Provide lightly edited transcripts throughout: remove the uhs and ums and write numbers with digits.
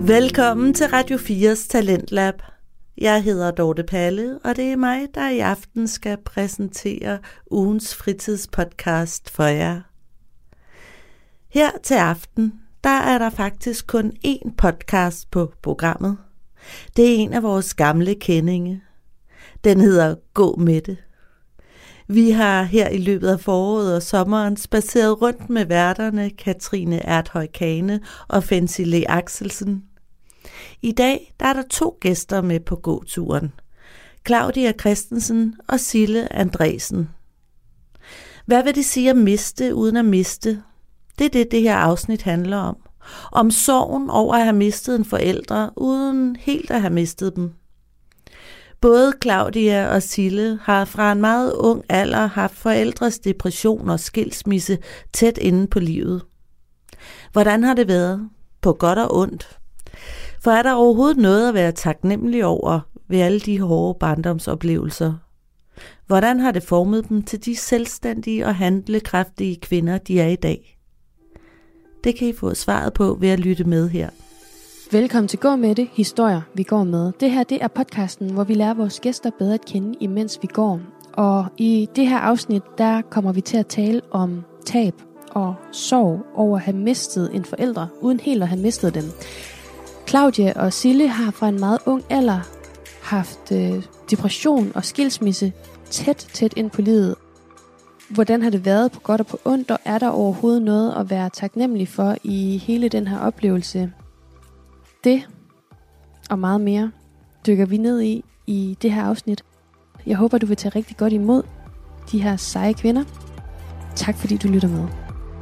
Velkommen til Radio 4's Talentlab. Jeg hedder Dorte Palle, og det er mig, der i aften skal præsentere ugens fritidspodcast for jer. Her til aften, der er der faktisk kun én podcast på programmet. Det er en af vores gamle kendinge. Den hedder Gå med det. Vi har her i løbet af foråret og sommeren spaceret rundt med værterne Katrine Erthøj Kane og Fancy Le Axelsen. I dag der er der 2 gæster med på gåturen. Claudia Christensen og Sille Andresen. Hvad vil det sige at miste uden at miste? Det er det her afsnit handler om. Om sorgen over at have mistet en forælder, uden helt at have mistet dem. Både Claudia og Sille har fra en meget ung alder haft forældres depression og skilsmisse tæt inde på livet. Hvordan har det været? På godt og ondt. For er der overhovedet noget at være taknemmelig over ved alle de hårde barndomsoplevelser? Hvordan har det formet dem til de selvstændige og handlekraftige kvinder, de er i dag? Det kan I få svaret på ved at lytte med her. Velkommen til Gå med det, historier vi går med. Det her det er podcasten, hvor vi lærer vores gæster bedre at kende, imens vi går. Og i det her afsnit, der kommer vi til at tale om tab og sorg over at have mistet en forælder, uden helt at have mistet dem. Claudia og Sille har fra en meget ung alder haft depression og skilsmisse tæt ind på livet. Hvordan har det været på godt og på ondt, og er der overhovedet noget at være taknemmelig for i hele den her oplevelse? Det og meget mere dykker vi ned i det her afsnit. Jeg håber, du vil tage rigtig godt imod de her seje kvinder. Tak fordi du lytter med.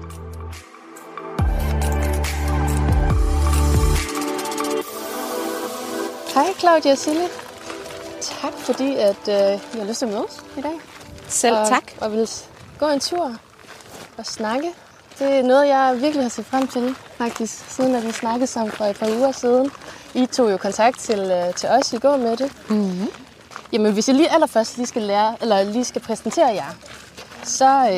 Hej Claudia og Sille. Tak fordi at I har lyst til at mødes i dag. Selv tak. Og vil gå en tur og snakke. Det er noget, jeg virkelig har set frem til, faktisk, siden at vi snakkede sammen for et par uger siden. I tog jo kontakt til os i Gå med det. Mm-hmm. Jamen, hvis jeg lige allerførst lige skal præsentere jer, så...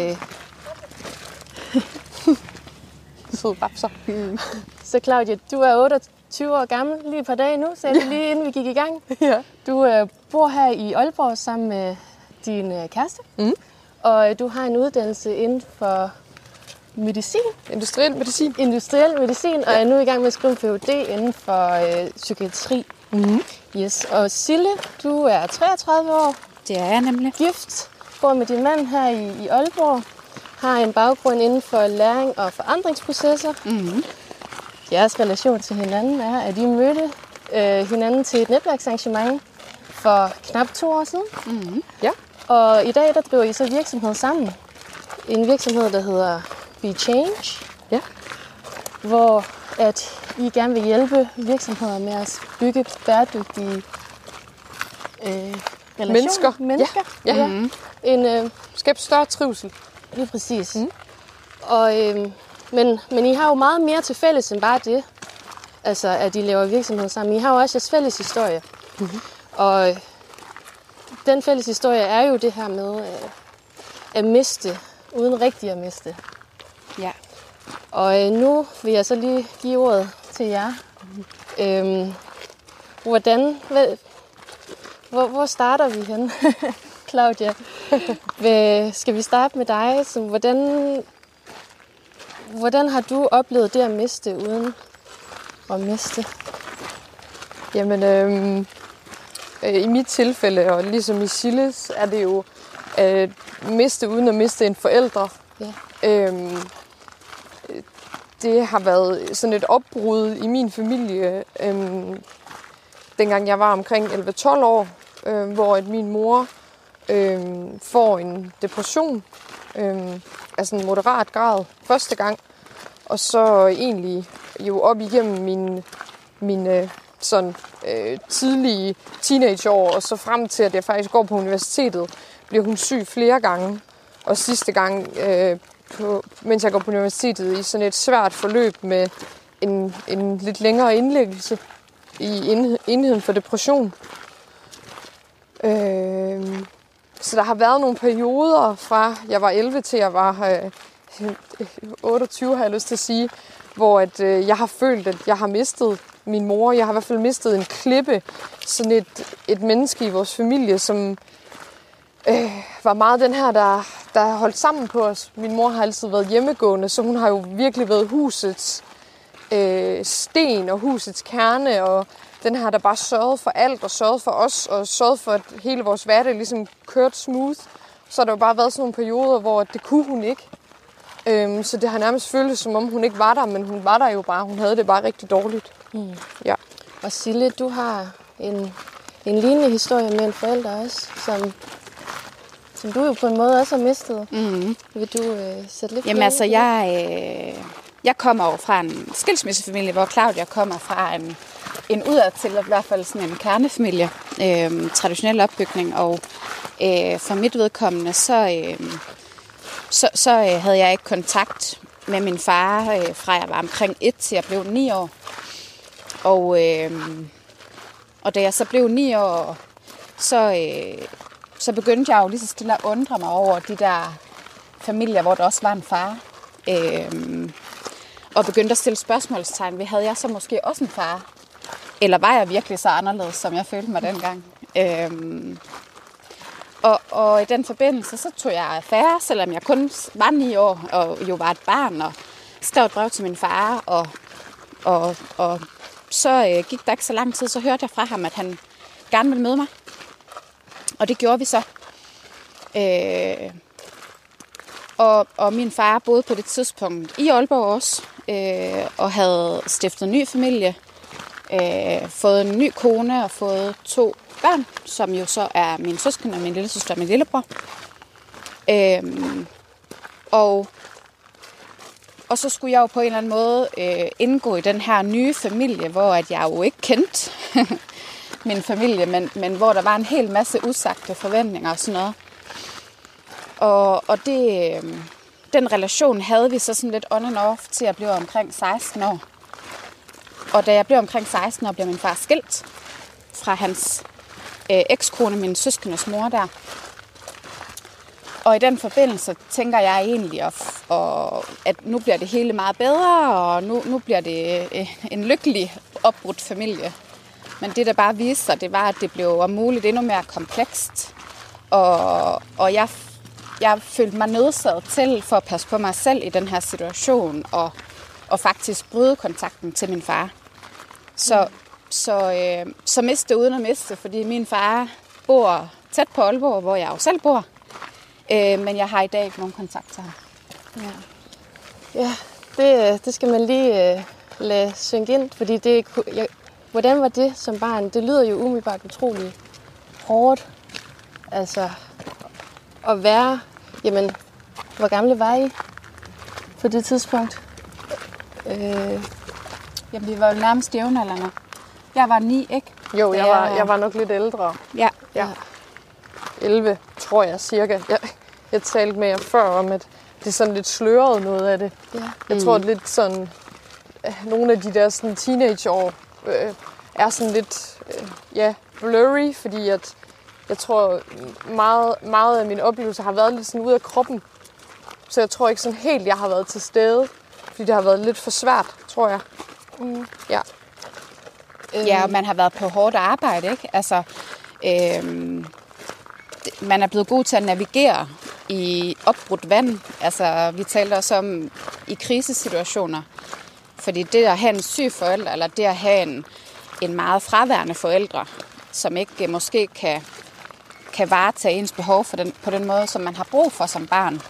Sød rapser. Så Claudia, du er 28 år gammel, lige et par dage nu, sagde vi lige inden vi gik i gang. Ja. Du bor her i Aalborg sammen med din kæreste, og du har en uddannelse inden for medicin. Industriel medicin, og er nu i gang med at skrive en Ph.D. inden for psykiatri. Mm-hmm. Yes. Og Sille, du er 33 år. Det er jeg nemlig. Gift, bor med din mand her i Aalborg. Har en baggrund inden for læring og forandringsprocesser. Mm-hmm. Jeres relation til hinanden er, at I mødte hinanden til et netværksarrangement for knap 2 år siden. Mm-hmm. Ja. Og i dag der driver I så virksomhed sammen. En virksomhed, der hedder Be Change. Ja. Hvor at I gerne vil hjælpe virksomheder med at bygge bæredygtige relationer. Mennesker. Ja. Ja. Mm-hmm. Skabe større trivsel. Lige præcis. Mm. Og, men I har jo meget mere til fælles end bare det. Altså, at I laver virksomhed sammen. I har jo også jeres fælles historie. Mm-hmm. Og den fælles historie er jo det her med at miste, uden rigtig at miste. Ja. Og nu vil jeg så lige give ordet til jer. Hvor starter vi henne, Claudia? Skal vi starte med dig? Så hvordan har du oplevet det at miste uden at miste? Jamen, i mit tilfælde, og ligesom i Silles, er det jo at miste uden at miste en forælder. Ja. Det har været sådan et opbrud i min familie, dengang jeg var omkring 11-12 år, hvor min mor får en depression af sådan en moderat grad første gang, og så egentlig jo op igennem mine sådan tidlige teenageår, og så frem til, at jeg faktisk går på universitetet, bliver hun syg flere gange, og sidste gang mens jeg går på universitetet i sådan et svært forløb med en lidt længere indlæggelse i enheden for depression. Så der har været nogle perioder fra jeg var 11 til jeg var 28 har jeg lyst til at sige, hvor at, jeg har følt, at jeg har mistet min mor. Jeg har i hvert fald mistet en klippe, sådan et menneske i vores familie, som var meget den her, der holdt sammen på os. Min mor har altid været hjemmegående, så hun har jo virkelig været husets sten og husets kerne, og den her, der bare sørgede for alt og sørgede for os, og sørgede for, at hele vores hverdag ligesom kørte smooth. Så har der jo bare været sådan nogle perioder, hvor det kunne hun ikke. Så det har nærmest føltes, som om hun ikke var der, men hun var der jo bare. Hun havde det bare rigtig dårligt. Ja. Og Sille, du har en lignende historie med en forælder også, som du jo på en måde også har mistet. Vil du sætte lidt? Jamen altså, jeg kommer jo fra en skilsmissefamilie, hvor Claudia kommer fra en udadtil, i hvert fald sådan en kernefamilie, traditionel opbygning, og for mit vedkommende, så havde jeg ikke kontakt med min far, fra jeg var omkring 1 til jeg blev 9 år. Og da jeg så blev 9 år, så begyndte jeg jo lige så stille at undre mig over de der familier, hvor der også var en far. Og begyndte at stille spørgsmålstegn ved, havde jeg så måske også en far? Eller var jeg virkelig så anderledes, som jeg følte mig dengang? Og i den forbindelse, så tog jeg affære, selvom jeg kun var 9 år, og jo var et barn, og skrev et brev til min far, og så gik der ikke så lang tid, så hørte jeg fra ham, at han gerne ville møde mig. Og det gjorde vi så. Og min far boede på det tidspunkt i Aalborg også, og havde stiftet ny familie, fået en ny kone og fået 2 børn, som jo så er min søskende og min lillesøster og min lillebror. Og så skulle jeg jo på en eller anden måde indgå i den her nye familie, hvor at jeg jo ikke kendte min familie, men hvor der var en hel masse usagte forventninger og sådan noget. Og den relation havde vi så sådan lidt on and off til at blive omkring 16 år. Og da jeg blev omkring 16 år, blev min far skilt fra hans ekskone, min søskendes mor der. Og i den forbindelse tænker jeg egentlig, at nu bliver det hele meget bedre, og nu bliver det en lykkelig opbrudt familie. Men det, der bare viste sig, det var, at det blev om muligt endnu mere komplekst. Og jeg følte mig nødsaget til for at passe på mig selv i den her situation, og faktisk bryde kontakten til min far. Så miste uden at miste, fordi min far bor tæt på Aalborg, hvor jeg jo selv bor. Men jeg har i dag ikke nogen kontakt til ham. Ja, det skal man lige lade synke ind, fordi hvordan var det som barn? Det lyder jo umiddelbart utroligt hårdt. Altså, at være, jamen, hvor gamle var I på det tidspunkt? Jamen, vi var jo nærmest jævnaldrende. Jeg var 9, ikke? Jo, jeg var nok lidt ældre. Ja. 11, tror jeg, cirka. Jeg talte med jer før om, at det er sådan lidt sløret noget af det. Ja. Jeg tror, at lidt sådan, nogle af de der sådan teenageår er sådan lidt blurry, fordi at jeg tror, meget af min oplevelse har været lidt sådan ude af kroppen. Så jeg tror ikke sådan helt, jeg har været til stede, fordi det har været lidt for svært, tror jeg. Ja. Ja, og man har været på hårdt arbejde, ikke? Altså, man er blevet god til at navigere i opbrudt vand. Altså, vi talte også om i krisesituationer. Fordi det at have en syg forælder, eller det at have en meget fraværende forældre, som ikke måske kan varetage ens behov på den måde, som man har brug for som barn,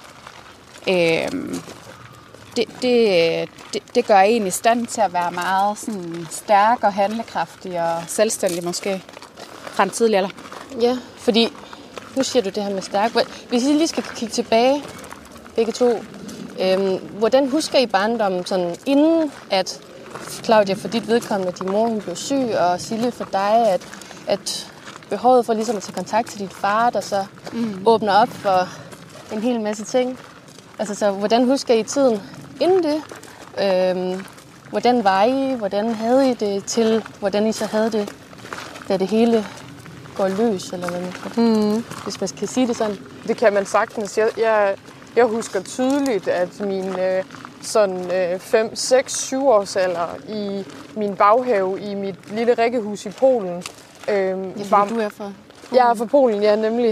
det gør en i stand til at være meget sådan stærk og handlekraftig og selvstændig måske fra en tidlig alder. Ja, fordi nu siger du det her med stærk. Hvis I lige skal kigge tilbage, begge to, hvordan husker I barndommen sådan inden at Claudia for dit vedkommende, at din mor hun blev syg, og Sille for dig, at behovet for ligesom at tage kontakt til dit far, der så åbner op for en hel masse ting. Altså så hvordan husker I tiden inden det? Hvordan var I? Hvordan havde I det til? Hvordan I så havde det, da det hele går løs, eller hvad man kan, hvis man kan sige det sådan? Det kan man sagtens. Jeg Jeg husker tydeligt, at min 5, 6, 7 års alder i min baghave i mit lille rækkehus i Polen. Du er fra Polen? Jeg er fra Polen, ja, nemlig.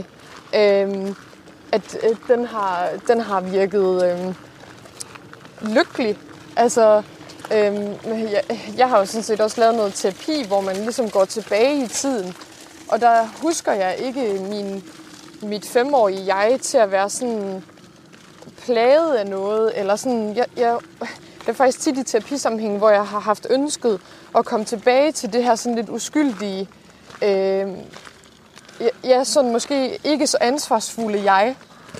At den har virket lykkelig. Altså, jeg har jo sådan set også lavet noget terapi, hvor man ligesom går tilbage i tiden. Og der husker jeg ikke mit 5-årige jeg til at være sådan plaget af noget. Eller sådan, det er faktisk tit i terapisammenhæng, hvor jeg har haft ønsket at komme tilbage til det her sådan lidt uskyldige. Jeg er sådan måske ikke så ansvarsfulde jeg.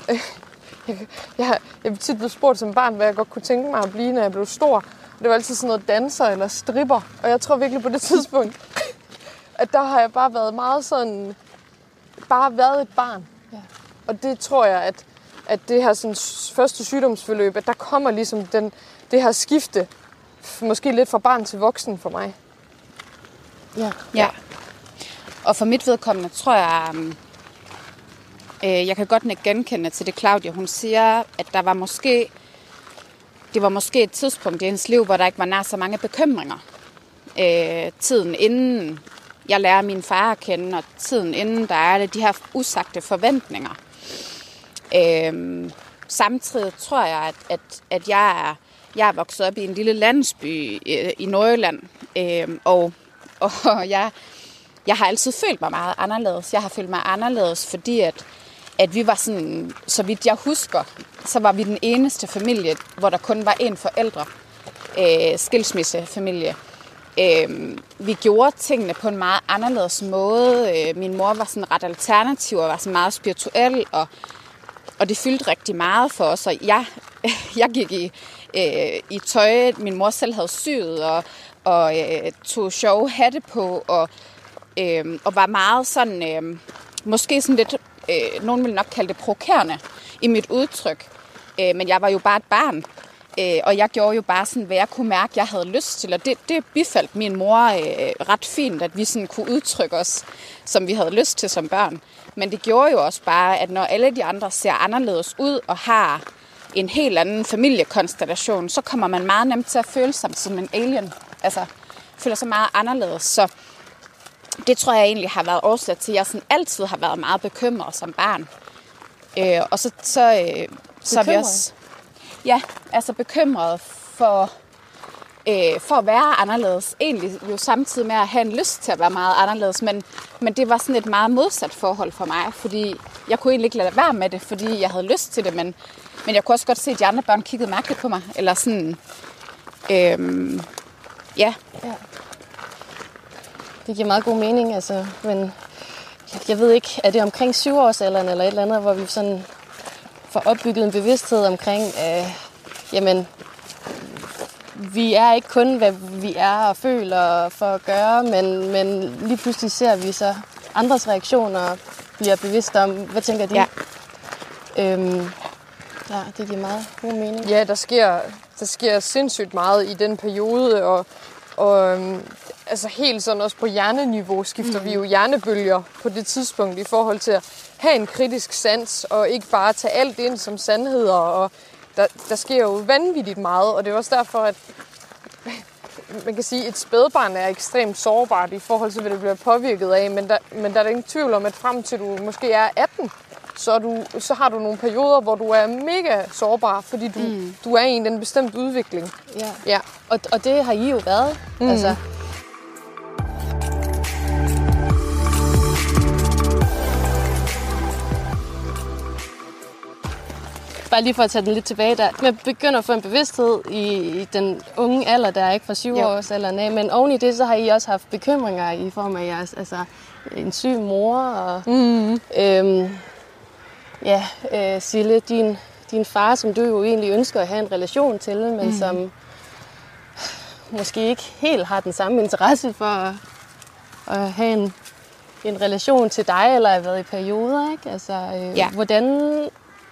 Jeg er tit blevet spurgt som barn, hvad jeg godt kunne tænke mig at blive, når jeg blev stor. Det var altid sådan noget danser eller stripper. Og jeg tror virkelig på det tidspunkt, at der har jeg bare været meget sådan, bare været et barn. Ja. Og det tror jeg, at det her sådan første sygdomsforløb, at der kommer ligesom det her skifte, måske lidt fra barn til voksen for mig. Ja. Og for mit vedkommende tror jeg kan godt ikke genkende til det, Claudia, hun siger, at det var måske et tidspunkt i hendes liv, hvor der ikke var nær så mange bekymringer. Tiden inden jeg lærer min far at kende, og tiden inden der er det de her usagte forventninger. Samtidig tror jeg, at jeg er vokset op i en lille landsby i Nordjylland, og jeg har altid følt mig meget anderledes. Jeg har følt mig anderledes, fordi at vi var sådan, så vidt jeg husker, så var vi den eneste familie, hvor der kun var én forælder, skilsmissefamilie. Vi gjorde tingene på en meget anderledes måde. Min mor var sådan ret alternativ og var sådan meget spirituel, og det fyldte rigtig meget for os. Og jeg gik i tøj, min mor selv havde syet, og tog sjove hatte på, og var meget sådan, måske sådan lidt, nogen vil nok kalde det provokerende i mit udtryk. Men jeg var jo bare et barn, og jeg gjorde jo bare sådan, hvad jeg kunne mærke, jeg havde lyst til. Og det bifaldt min mor ret fint, at vi sådan kunne udtrykke os, som vi havde lyst til som børn. Men det gjorde jo også bare, at når alle de andre ser anderledes ud og har en helt anden familiekonstellation, så kommer man meget nemt til at føle sig som en alien. Altså, føler sig meget anderledes. Så det tror jeg egentlig har været årsag til, at jeg sådan altid har været meget bekymret som barn. Og så er vi også... Ja, altså bekymret for at være anderledes. Egentlig jo samtidig med at have en lyst til at være meget anderledes. Men det var sådan et meget modsat forhold for mig, fordi jeg kunne egentlig ikke lade være med det, fordi jeg havde lyst til det. Men jeg kunne også godt se, at de andre børn kiggede mærkeligt på mig. Eller sådan... Ja. Det giver meget god mening, altså. Men jeg ved ikke, er det omkring 7-årsalderen eller et eller andet, hvor vi sådan får opbygget en bevidsthed omkring, jamen, vi er ikke kun, hvad vi er og føler for at gøre, men lige pludselig ser vi så andres reaktioner og bliver bevidste om, hvad tænker de? Ja. Ja, det giver meget god mening. Ja, der sker sindssygt meget i den periode, og altså helt sådan også på hjerneniveau skifter vi jo hjernebølger på det tidspunkt i forhold til at have en kritisk sans og ikke bare tage alt ind som sandheder. Og der sker jo vanvittigt meget, og det er også derfor, at man kan sige, at et spædbarn er ekstremt sårbart i forhold til, hvad det bliver påvirket af, men der er ingen tvivl om, at frem til du måske er 18, så har du nogle perioder, hvor du er mega sårbar, fordi du er i en bestemt udvikling. Ja. Og det har I jo været. Altså. Bare lige for at tage den lidt tilbage der. Man begynder at få en bevidsthed i den unge alder, der er ikke fra 7-årsalderen af, men oven i det, så har I også haft bekymringer i form af jeres, altså en syg mor og Sille, din far, som du jo egentlig ønsker at have en relation til, men som måske ikke helt har den samme interesse for at have en relation til dig, eller har været i perioder, ikke? Altså, hvordan...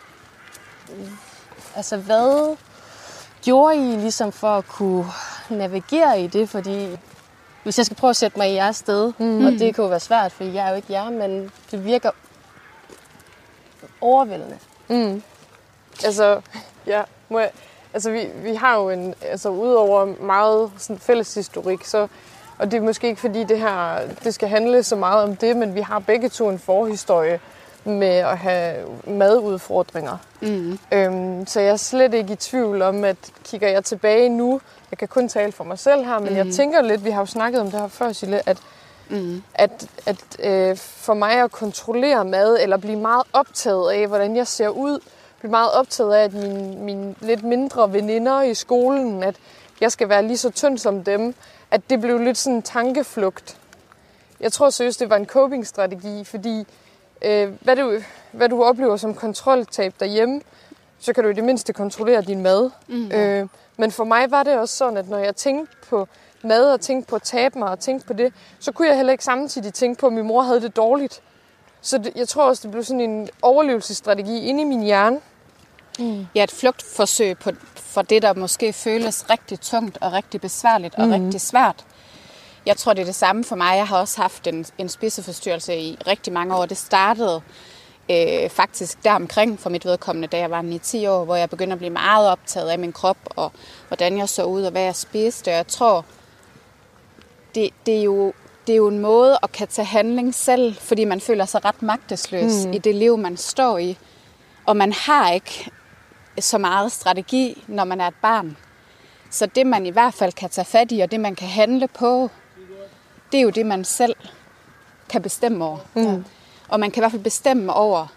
Altså, hvad gjorde I ligesom for at kunne navigere i det? Fordi hvis jeg skal prøve at sætte mig i jeres sted, og det kan jo være svært, fordi jeg er jo ikke jer, men det virker overvældende. Altså, ja, vi har jo udover meget sådan fælles historik, så, og det er måske ikke fordi det skal handle så meget om det, men vi har begge to en forhistorie med at have madudfordringer. Så jeg er slet ikke i tvivl om, at kigger jeg tilbage nu, jeg kan kun tale for mig selv her, men jeg tænker lidt, vi har jo snakket om det her før, Sille, at for mig at kontrollere mad, eller blive meget optaget af, hvordan jeg ser ud, blive meget optaget af, at mine lidt mindre veninder i skolen, at jeg skal være lige så tynd som dem, at det blev lidt sådan en tankeflugt. Jeg tror seriøst, det var en coping-strategi, fordi hvad du oplever som kontroltab derhjemme, så kan du i det mindste kontrollere din mad. Men for mig var det også sådan, at når jeg tænkte på mad og tænkte på at tabe mig og tænkte på det, så kunne jeg heller ikke samtidig tænke på, at min mor havde det dårligt. Så jeg tror også, det blev sådan en overlevelsesstrategi inde i min hjerne. Ja, et flugtforsøg for det, der måske føles rigtig tungt og rigtig besværligt og rigtig svært. Jeg tror, det er det samme for mig. Jeg har også haft en spiseforstyrrelse i rigtig mange år. Det startede faktisk deromkring for mit vedkommende, da jeg var 9-10 år, hvor jeg begyndte at blive meget optaget af min krop og hvordan jeg så ud og hvad jeg spiste. Og jeg tror, det er jo en måde at kan tage handling selv, fordi man føler sig ret magtesløs i det liv, man står i. Og man har ikke så meget strategi, når man er et barn. Så det, man i hvert fald kan tage fat i, og det, man kan handle på, det er jo det, man selv kan bestemme over. Og man kan i hvert fald bestemme over,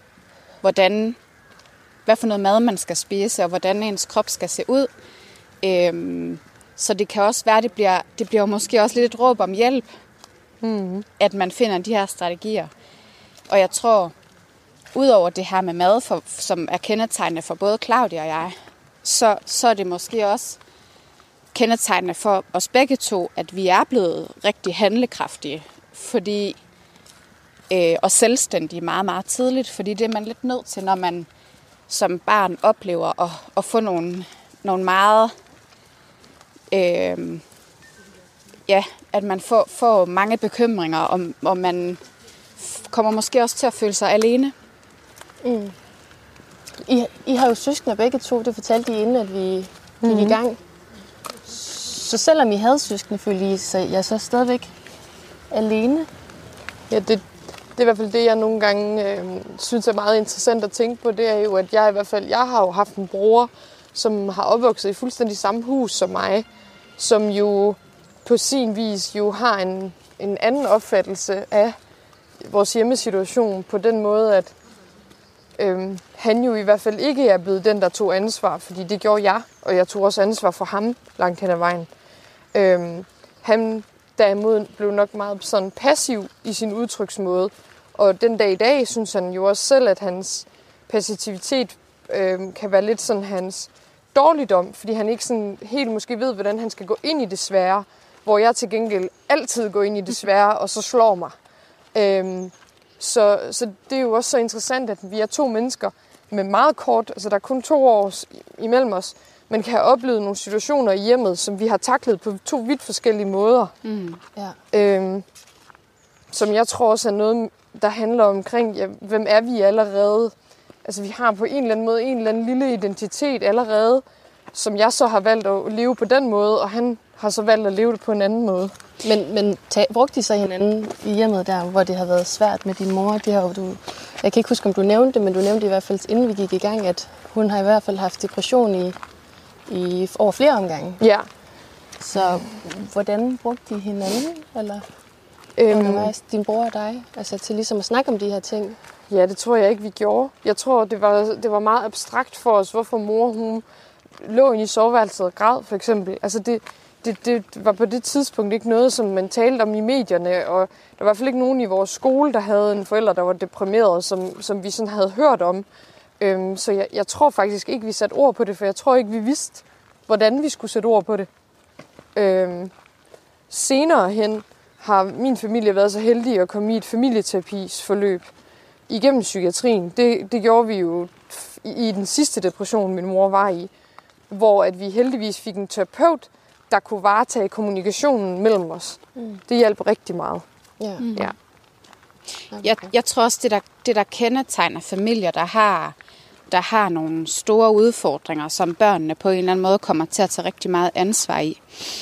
hvad for noget mad man skal spise, og hvordan ens krop skal se ud. Så det kan også være, det bliver måske også lidt et råb om hjælp, at man finder de her strategier. Og jeg tror, udover det her med mad, som er kendetegnende for både Claudia og jeg, så er det måske også kendetegnende for os begge to, at vi er blevet rigtig handlekraftige, og selvstændige meget, meget tidligt, fordi det er man lidt nødt til, når man som barn oplever at få nogle meget, at man får mange bekymringer, og man kommer måske også til at føle sig alene. I har jo søskende begge to, det fortalte I inden, at vi gik i gang. Så selvom I havde søskende, følte I jer så stadigvæk alene? Ja, det er i hvert fald det, jeg nogle gange synes er meget interessant at tænke på. Det er jo, at jeg har jo haft en bror, som har opvokset i fuldstændig samme hus som mig, som jo på sin vis jo har en anden opfattelse af vores hjemmesituation på den måde, at han jo i hvert fald ikke er blevet den, der tog ansvar, fordi det gjorde jeg, og jeg tog også ansvar for ham langt hen ad vejen. Han derimod blev nok meget sådan passiv i sin udtryksmåde, og den dag i dag synes han jo også selv, at hans passivitet kan være lidt sådan hans dårligdom, fordi han ikke sådan helt måske ved, hvordan han skal gå ind i det svære, hvor jeg til gengæld altid går ind i det svære, og så slår mig. Så det er jo også så interessant, at vi er to mennesker med meget kort, altså der er kun 2 år imellem os, men kan have oplevet nogle situationer i hjemmet, som vi har taklet på 2 vidt forskellige måder. Som jeg tror også er noget, der handler omkring, hvem er vi allerede? Altså vi har på en eller anden måde en eller anden lille identitet allerede, som jeg så har valgt at leve på den måde, og han har så valgt at leve det på en anden måde. Men brugte de så hinanden i hjemmet der, hvor det har været svært med din mor? Jeg kan ikke huske, om du nævnte det, men du nævnte i hvert fald, inden vi gik i gang, at hun har i hvert fald haft depression i over flere omgange. Ja. Så hvordan brugte de hinanden, eller din bror og dig, altså til ligesom at snakke om de her ting? Ja, det tror jeg ikke, vi gjorde. Jeg tror, det var meget abstrakt for os, hvorfor mor hun lå inde i soveværelset og græd, for eksempel. Altså det var på det tidspunkt ikke noget, som man talte om i medierne, og der var i hvert fald ikke nogen i vores skole, der havde en forælder, der var deprimeret, som vi sådan havde hørt om. Så jeg tror faktisk ikke, vi satte ord på det, for jeg tror ikke, vi vidste, hvordan vi skulle sætte ord på det. Senere hen har min familie været så heldig at komme i et familieterapisforløb igennem psykiatrien. Det gjorde vi jo i den sidste depression, min mor var i, hvor at vi heldigvis fik en terapeut, der kunne varetage kommunikationen mellem os. Det hjalp rigtig meget. Jeg tror også, det der kendetegner familier, der har der har nogle store udfordringer, som børnene på en eller anden måde kommer til at tage rigtig meget ansvar i.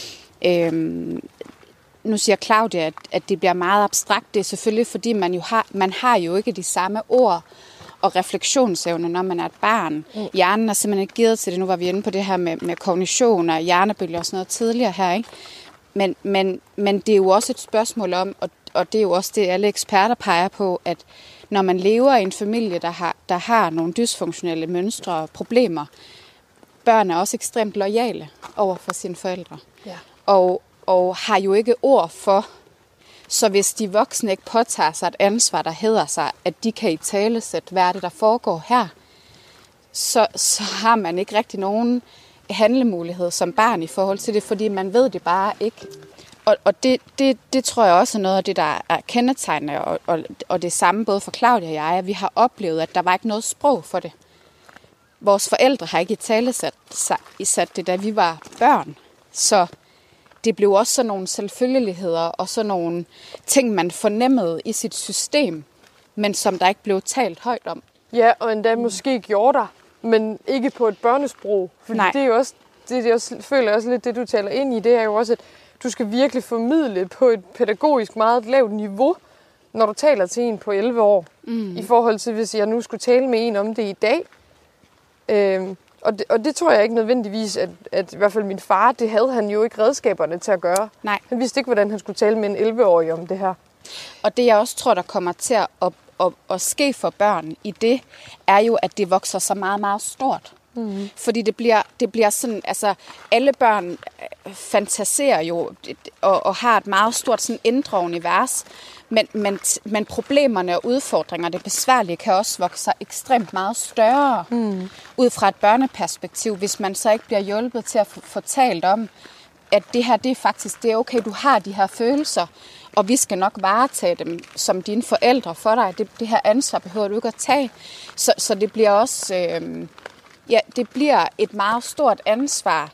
Nu siger Claudia, at det bliver meget abstrakt. Det er selvfølgelig, fordi man har jo ikke de samme ord og refleksionsevne, når man er et barn. Hjernen er simpelthen ikke givet til det. Nu var vi inde på det her med kognition og hjernebølger og sådan noget tidligere her, ikke? Men det er jo også et spørgsmål om, og det er jo også det, alle eksperter peger på, at når man lever i en familie, der har nogle dysfunktionelle mønstre og problemer, børn er også ekstremt loyale over for sine forældre. Ja. Og har jo ikke ord for, så hvis de voksne ikke påtager sig et ansvar, der hedder sig, at de kan italesætte, hvad er det, der foregår her, så har man ikke rigtig nogen handlemulighed som barn i forhold til det, fordi man ved det bare ikke. Og det tror jeg også er noget af det, der er kendetegnende, og det samme både for Claudia og jeg, at vi har oplevet, at der var ikke noget sprog for det. Vores forældre har ikke italesat det, da vi var børn. Så det blev også sådan nogle selvfølgeligheder og sådan nogle ting, man fornemmede i sit system, men som der ikke blev talt højt om. Ja, og endda måske gjorde der, men ikke på et børnesprog. Fordi det er jo også, føler jeg også lidt, det du taler ind i, det er jo også, at du skal virkelig formidle på et pædagogisk meget lavt niveau, når du taler til en på 11 år. I forhold til, hvis jeg nu skulle tale med en om det i dag. Og det tror jeg ikke nødvendigvis, at i hvert fald min far, det havde han jo ikke redskaberne til at gøre. Nej. Han vidste ikke, hvordan han skulle tale med en 11-årig om det her. Og det jeg også tror, der kommer til at ske for børn i det, er jo, at det vokser så meget, meget stort. Fordi det bliver sådan, altså alle børn fantaserer jo og har et meget stort sådan indre univers, men problemerne og udfordringer, det besværlige, kan også vokse sig ekstremt meget større ud fra et børneperspektiv, hvis man så ikke bliver hjulpet til at få talt om, at det her, det er faktisk, det er okay, du har de her følelser, og vi skal nok varetage dem som dine forældre for dig. Det her ansvar behøver du ikke at tage. Så det bliver også, det bliver et meget stort ansvar,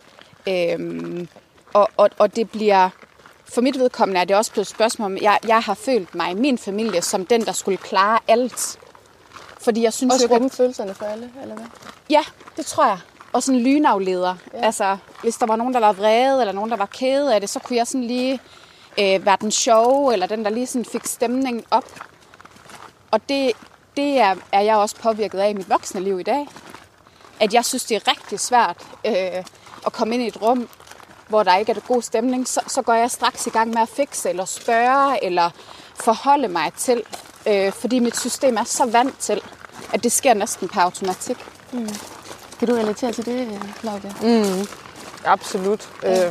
og det bliver, for mit vedkommende er det også blevet et spørgsmål om, jeg har følt mig i min familie som den, der skulle klare alt. Fordi jeg synes også jo, rumme følelserne for alle, eller hvad? Ja, det tror jeg. Og sådan en lynafleder. Ja. Altså, hvis der var nogen, der var vrede, eller nogen, der var kede af det, så kunne jeg sådan lige være den sjove, eller den, der lige sådan fik stemningen op. Og det er jeg også påvirket af i mit voksne liv i dag. At jeg synes, det er rigtig svært at komme ind i et rum, hvor der ikke er god stemning, så går jeg straks i gang med at fikse, eller spørge, eller forholde mig til. Fordi mit system er så vant til, at det sker næsten per automatik. Kan du relatere til det, Claudia? Absolut.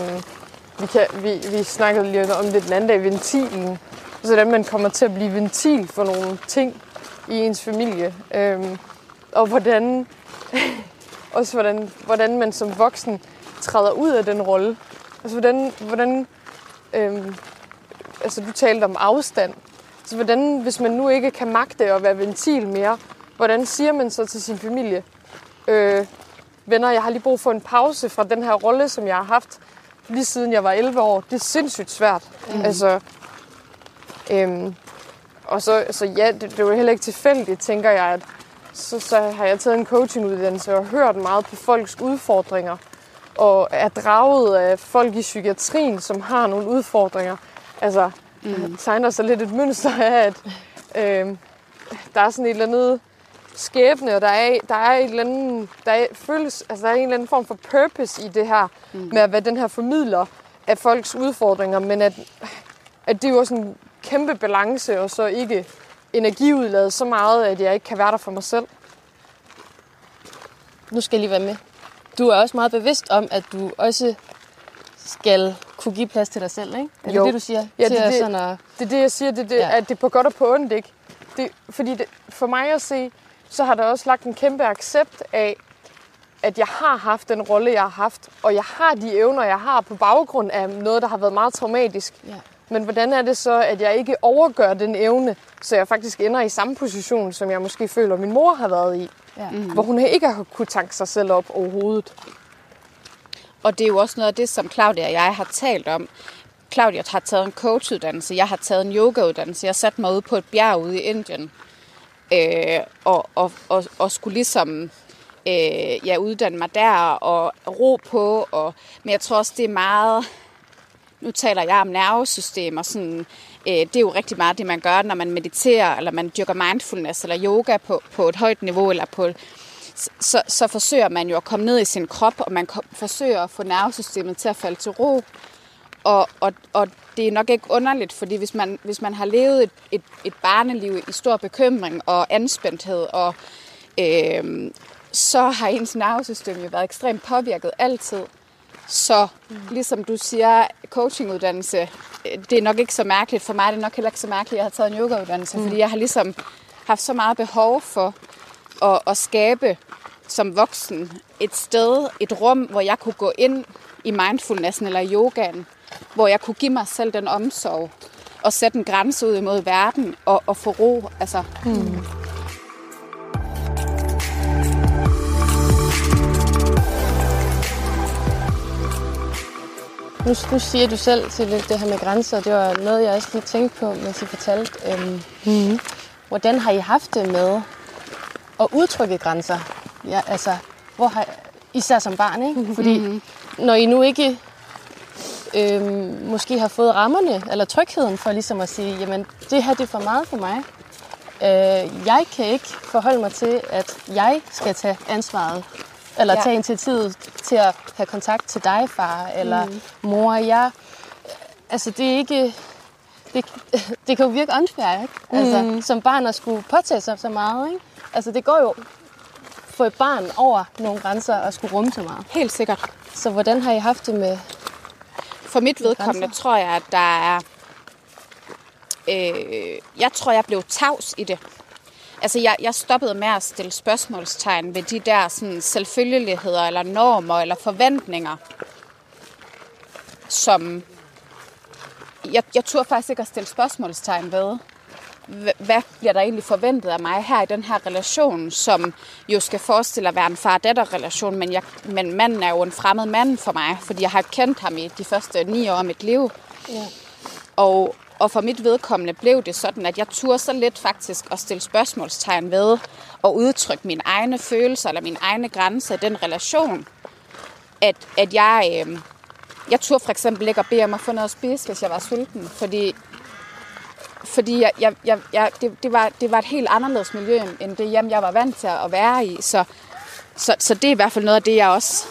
Vi snakkede lige om det den anden dag, ventilen. Sådan man kommer til at blive ventil for nogle ting i ens familie. Og hvordan man som voksen træder ud af den rolle. Altså altså du talte om afstand. Så hvordan, hvis man nu ikke kan magte at være ventil mere, hvordan siger man så til sin familie, venner, jeg har lige brug for en pause fra den her rolle, som jeg har haft lige siden jeg var 11 år. Det er sindssygt svært. Altså, og så ja, det er jo heller ikke tilfældigt, tænker jeg, at så har jeg taget en coachinguddannelse og hørt meget på folks udfordringer, og er draget af folk i psykiatrien, som har nogle udfordringer. Altså, der tegner sig lidt et mønster af, at der er sådan et eller andet skæbne, og der er et eller andet, der er en eller anden form for purpose i det her, med at være den her formidler af folks udfordringer, men at det er jo også en kæmpe balance, og så ikke energiudladet så meget, at jeg ikke kan være der for mig selv. Nu skal jeg lige være med. Du er også meget bevidst om, at du også skal kunne give plads til dig selv, ikke? Er det det, du siger? Ja, det er det, jeg siger. At det er på godt og på ondt, ikke? Fordi for mig at se, så har der også lagt en kæmpe accept af, at jeg har haft den rolle, jeg har haft, og jeg har de evner, jeg har på baggrund af noget, der har været meget traumatisk. Ja. Men hvordan er det så, at jeg ikke overgør den evne, så jeg faktisk ender i samme position, som jeg måske føler, min mor har været i? Ja. Hvor hun ikke har kunnet tanke sig selv op overhovedet. Og det er jo også noget af det, som Claudia og jeg har talt om. Claudia har taget en coachuddannelse, jeg har taget en yogauddannelse, jeg satte mig ude på et bjerg ude i Indien, og skulle ligesom uddanne mig der og ro på. Men jeg tror også, det er meget... Nu taler jeg om nervesystemer. Sådan, det er jo rigtig meget det, man gør, når man mediterer, eller man dyrker mindfulness eller yoga på et højt niveau, eller på... Så forsøger man jo at komme ned i sin krop, og man forsøger at få nervesystemet til at falde til ro. Og det er nok ikke underligt, fordi hvis man har levet et barneliv i stor bekymring og anspændthed, og så har ens nervesystem jo været ekstremt påvirket altid. Så ligesom du siger, coachinguddannelse, det er nok ikke så mærkeligt. For mig er det nok heller ikke så mærkeligt, at jeg har taget en yogauddannelse, fordi jeg har ligesom haft så meget behov for at skabe som voksen et sted, et rum, hvor jeg kunne gå ind i mindfulnessen eller yogaen, hvor jeg kunne give mig selv den omsorg og sætte en grænse ud imod verden og få ro. Altså. Nu siger du selv til det her med grænser, det var noget, jeg også lige tænkte på, mens I fortalte. Hvordan har I haft det med at udtrykke grænser? Ja, altså, især som barn, ikke? Fordi når I nu ikke måske har fået rammerne eller trygheden for ligesom at sige, jamen det her det er for meget for mig. Jeg kan ikke forholde mig til, at jeg skal tage ansvaret eller tage initiativet til at have kontakt til dig, far, eller mor. Altså det er ikke... Det kan jo virke unfair, ikke? Altså, som barn at skulle påtage sig så meget, ikke? Altså det går jo for et barn over nogle grænser at skulle rumme så meget. Helt sikkert. Så hvordan har I haft det med... For mit vedkommende tror jeg, at der er... jeg tror, jeg blev tavs i det. Altså, jeg stoppede med at stille spørgsmålstegn ved de der sådan, selvfølgeligheder, eller normer, eller forventninger, som... Jeg turde faktisk ikke at stille spørgsmålstegn ved, hvad bliver der egentlig forventet af mig her i den her relation, som jo skal forestille at være en far-datter-relation, men manden er jo en fremmed mand for mig, fordi jeg har kendt ham i de første 9 år af mit liv. Ja. Og for mit vedkommende blev det sådan, at jeg turde så lidt faktisk at stille spørgsmålstegn ved og udtrykke mine egne følelser eller mine egne grænser i den relation, at jeg turde for eksempel ikke at bede om at få noget at spise, hvis jeg var sulten, fordi det var et helt anderledes miljø, end det hjem, jeg var vant til at være i. Så det er i hvert fald noget af det, jeg også...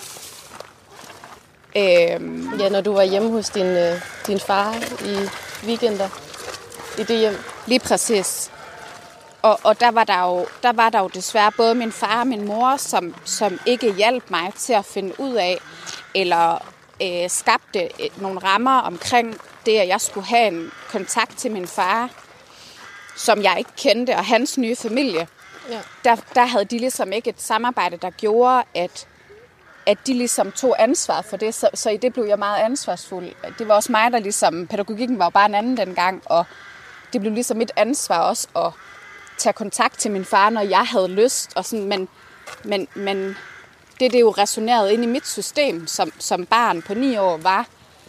Ja, når du var hjemme hos din far i weekender, i det hjem. Lige præcis. Og der var der jo desværre både min far og min mor, som ikke hjalp mig til at finde ud af, eller skabte nogle rammer omkring det, at jeg skulle have en kontakt til min far, som jeg ikke kendte, og hans nye familie. Ja. Der havde de ligesom ikke et samarbejde, der gjorde, at de ligesom tog ansvar for det, så i det blev jeg meget ansvarsfuld. Det var også mig, der ligesom, pædagogikken var jo bare en anden dengang, og det blev ligesom mit ansvar også at tage kontakt til min far, når jeg havde lyst, og sådan, men det jo resonerede ind i mit system, som barn på 9 år var,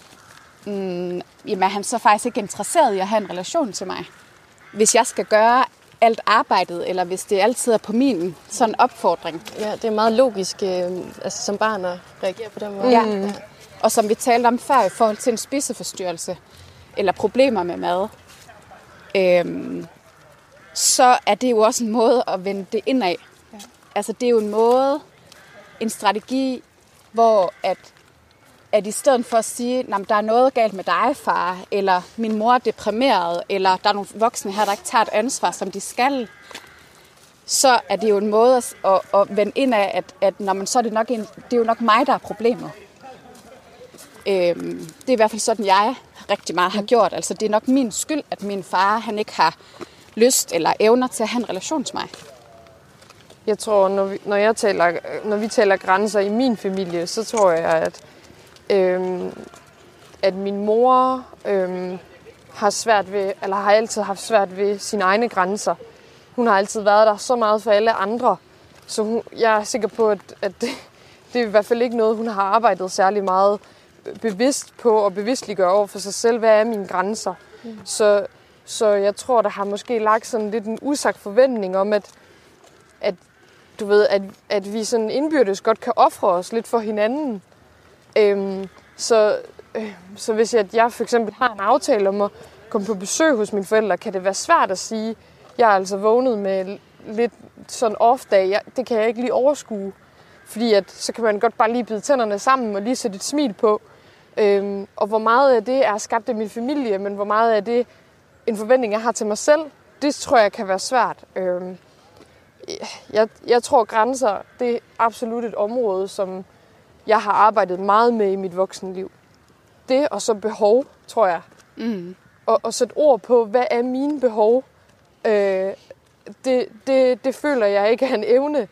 jamen han så faktisk ikke interesseret i at have en relation til mig. Hvis jeg skal gøre alt arbejdet, eller hvis det altid er på min sådan opfordring. Ja, det er meget logisk altså som barn at reagere på den måde. Ja. Og som vi talte om før i forhold til en spiseforstyrrelse, eller problemer med mad, så er det jo også en måde at vende det indad. Ja. Altså det er jo en måde, en strategi, hvor at i stedet for at sige, at der er noget galt med dig, far, eller min mor er deprimeret, eller der er nogle voksne her, der ikke tager et ansvar, som de skal, så er det jo en måde at vende ind af, at når man så er det er jo nok mig, der er problemet. Det er i hvert fald sådan, jeg rigtig meget har gjort. Altså det er nok min skyld, at min far, han ikke har lyst eller evner til at have en relation til mig. Jeg tror, når vi taler grænser i min familie, så tror jeg, at min mor har altid haft svært ved sine egne grænser. Hun har altid været der så meget for alle andre, så jeg er sikker på, at det er i hvert fald ikke noget, hun har arbejdet særlig meget bevidst på og bevidstliggøre over for sig selv. Hvad er mine grænser? Så jeg tror, der har måske lagt sådan lidt en usagt forventning om, at du ved, at vi sådan indbyrdes godt kan ofre os lidt for hinanden. Så hvis jeg for eksempel har en aftale om at komme på besøg hos mine forældre, kan det være svært at sige, jeg er altså vågnet med lidt sådan off-dag. Det kan jeg ikke lige overskue. Fordi så kan man godt bare lige bide tænderne sammen og lige sætte et smil på. Og hvor meget af det er skabt af min familie, men hvor meget af det en forventning, jeg har til mig selv, det tror jeg kan være svært. Jeg tror, grænser, det er absolut et område, som jeg har arbejdet meget med i mit voksenliv. Det og så behov, tror jeg. Og sætte ord på, hvad er mine behov? Det føler jeg ikke er en evne.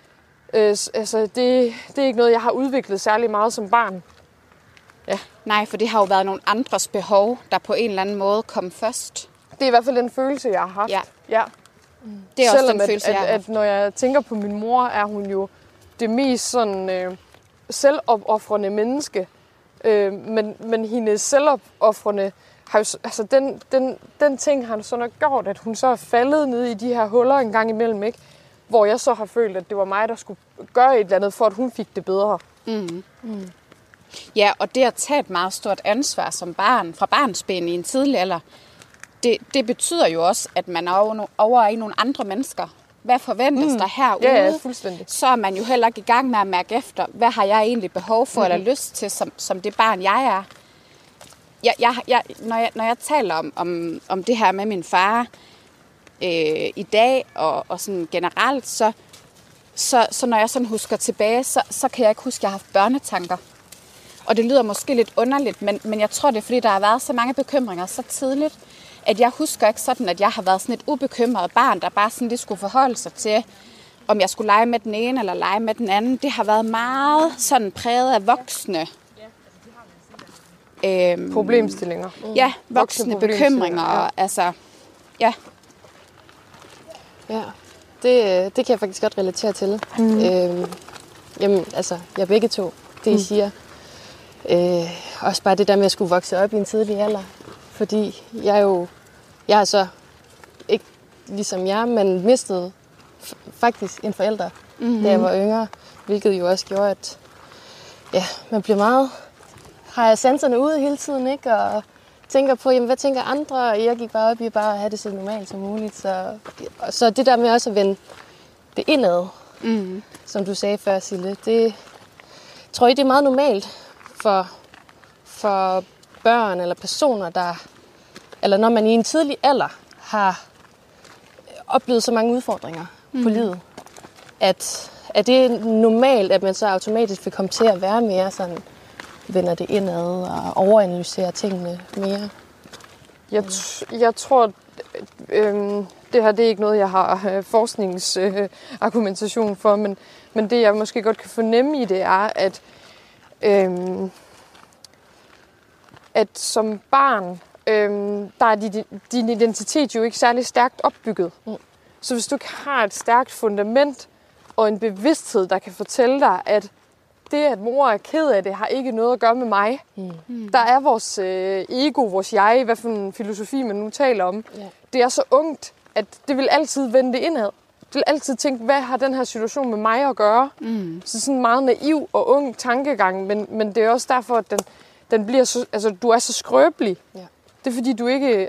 Det er ikke noget, jeg har udviklet særlig meget som barn. Ja. Nej, for det har jo været nogle andres behov, der på en eller anden måde kom først. Det er i hvert fald den følelse, jeg har haft. Ja. Det er selvom også den følelse, jeg har haft. At når jeg tænker på min mor, er hun jo det mest sådan selvopofrende menneske. Men hendes selvopofrende har jo, altså den ting har så nok gjort, at hun så er faldet ned i de her huller en gang imellem, ikke? Hvor jeg så har følt, at det var mig, der skulle gøre et eller andet, for at hun fik det bedre. Ja, og det at tage et meget stort ansvar som barn, fra barnsben i en tidlig alder, det betyder jo også, at man er over i nogle andre mennesker. Hvad forventes der herude? Ja, fuldstændig. Så er man jo heller ikke i gang med at mærke efter, hvad har jeg egentlig behov for eller lyst til, som det barn, jeg er. Når jeg taler om det her med min far i dag, og sådan generelt, så når jeg sådan husker tilbage, så kan jeg ikke huske, at jeg har haft børnetanker. Og det lyder måske lidt underligt, men jeg tror, det er, fordi der har været så mange bekymringer så tidligt, at jeg husker ikke sådan, at jeg har været sådan et ubekymret barn, der bare sådan lige skulle forholde sig til, om jeg skulle lege med den ene eller lege med den anden. Det har været meget sådan præget af voksne problemstillinger. Ja, voksne bekymringer. Ja. Altså, ja. Ja, det kan jeg faktisk godt relatere til. Jamen, altså, jeg er begge to, det I siger. Også bare det der med at skulle vokse op i en tidlig alder. Fordi jeg har så ikke ligesom jer, men mistede faktisk en forælder, da jeg var yngre. Hvilket jo også gjorde, at man bliver meget, har jeg sanserne ude hele tiden, ikke? Og tænker på, jamen, hvad tænker andre? Og jeg gik bare op i bare at have det så normalt som muligt. Så det der med også at vende det indad, som du sagde før, Sille, det tror jeg, det er meget normalt for børn eller personer, eller når man i en tidlig alder har oplevet så mange udfordringer på livet, at det er normalt, at man så automatisk vil komme til at være mere sådan, vender det indad og overanalyserer tingene mere. Jeg tror, det her det er ikke noget, jeg har forskningsargumentation for, men det jeg måske godt kan fornemme i det er, at som barn, der er din identitet jo ikke særlig stærkt opbygget. Så hvis du ikke har et stærkt fundament og en bevidsthed, der kan fortælle dig, at det, at mor er ked af det, har ikke noget at gøre med mig. Der er vores ego, vores jeg, hvad for en filosofi man nu taler om. Det er så ungt, at det vil altid vende det indad. Det vil altid tænke, hvad har den her situation med mig at gøre? Så sådan en meget naiv og ung tankegang, men det er også derfor, at den bliver så, altså du er så skrøbelig. Det er fordi du ikke,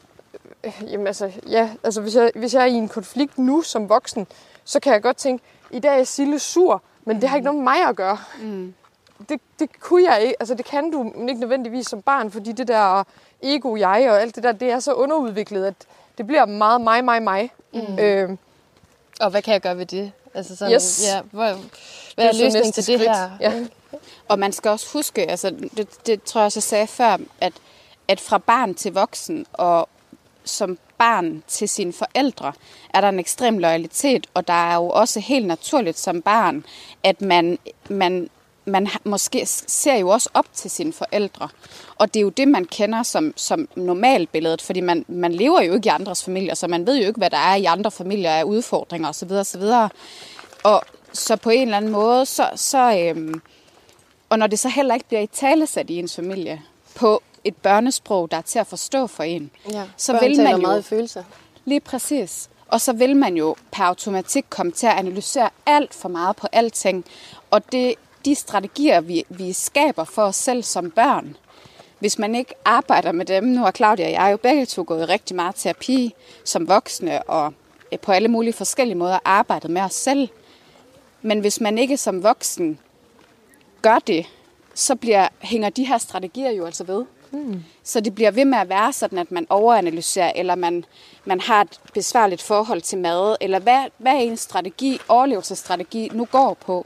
hvis jeg er i en konflikt nu som voksen, så kan jeg godt tænke, i dag er Sille sur, men det har ikke noget med mig at gøre. Det kunne jeg ikke, altså det kan du ikke nødvendigvis som barn, fordi det der ego, jeg og alt det der, det er så underudviklet, at det bliver meget mig. Og hvad kan jeg gøre ved det? Altså sådan, hvad er løsningen til det her? Ja. Og man skal også huske, altså det tror jeg også, jeg sagde før, at fra barn til voksen og som barn til sine forældre, er der en ekstrem loyalitet, og der er jo også helt naturligt som barn, at man måske ser jo også op til sine forældre. Og det er jo det, man kender som normalbilledet, fordi man lever jo ikke i andres familier, så man ved jo ikke, hvad der er i andre familier af udfordringer osv. osv. Og så på en eller anden måde, og når det så heller ikke bliver italesat i ens familie på et børnesprog, der er til at forstå for en, så vil man jo meget følelser. Lige præcis. Og så vil man jo per automatik komme til at analysere alt for meget på alting. Og de strategier, vi skaber for os selv som børn, hvis man ikke arbejder med dem, nu er Claudia og jeg jo begge to gået rigtig meget terapi som voksne, og på alle mulige forskellige måder arbejdet med os selv. Men hvis man ikke som voksen gør det, så hænger de her strategier jo altså ved. Så det bliver ved med at være sådan, at man overanalyserer, eller man har et besværligt forhold til mad, eller hvad en strategi, overlevelsesstrategi nu går på.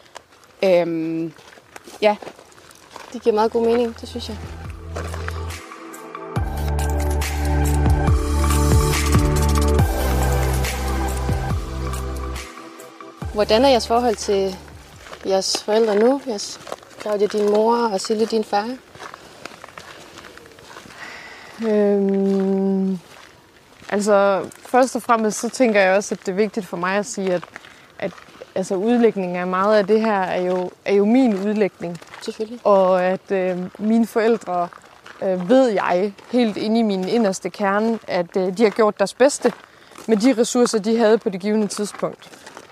Ja. Det giver meget god mening, det synes jeg. Hvordan er jeres forhold til jeres forældre nu? Claudia, din mor, og Silje, din far? Altså, først og fremmest så tænker jeg også, at det er vigtigt for mig at sige, at altså, udlægningen af meget af det her er jo min udlægning. Selvfølgelig. Og at mine forældre, ved jeg helt inde i min inderste kerne, at de har gjort deres bedste med de ressourcer, de havde på det givne tidspunkt.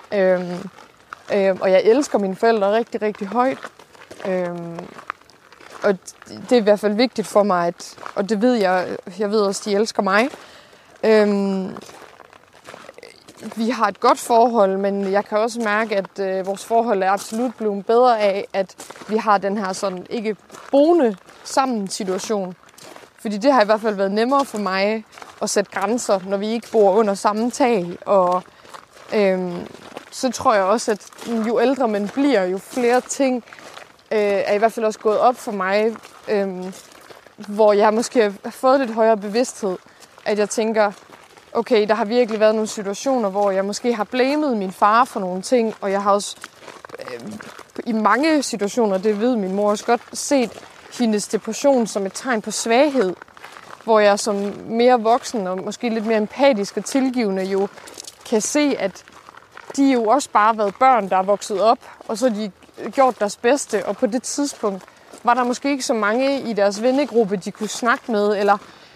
Og jeg elsker mine forældre rigtig, rigtig højt. Og det er i hvert fald vigtigt for mig, og det ved jeg ved også, de elsker mig. Vi har et godt forhold, men jeg kan også mærke, at vores forhold er absolut blevet bedre af, at vi har den her sådan ikke boende sammen situation. Fordi det har i hvert fald været nemmere for mig at sætte grænser, når vi ikke bor under samme tag. Og så tror jeg også, at jo ældre man bliver, jo flere ting er i hvert fald også gået op for mig, hvor jeg måske har fået lidt højere bevidsthed, at jeg tænker, okay, der har virkelig været nogle situationer, hvor jeg måske har blamet min far for nogle ting, og jeg har også i mange situationer, det ved min mor også godt, set hendes depression som et tegn på svaghed, hvor jeg som mere voksen og måske lidt mere empatisk og tilgivende jo kan se, at de jo også bare har været børn, der er vokset op, og så har de gjort deres bedste, og på det tidspunkt var der måske ikke så mange i deres vennegruppe, de kunne snakke med, eller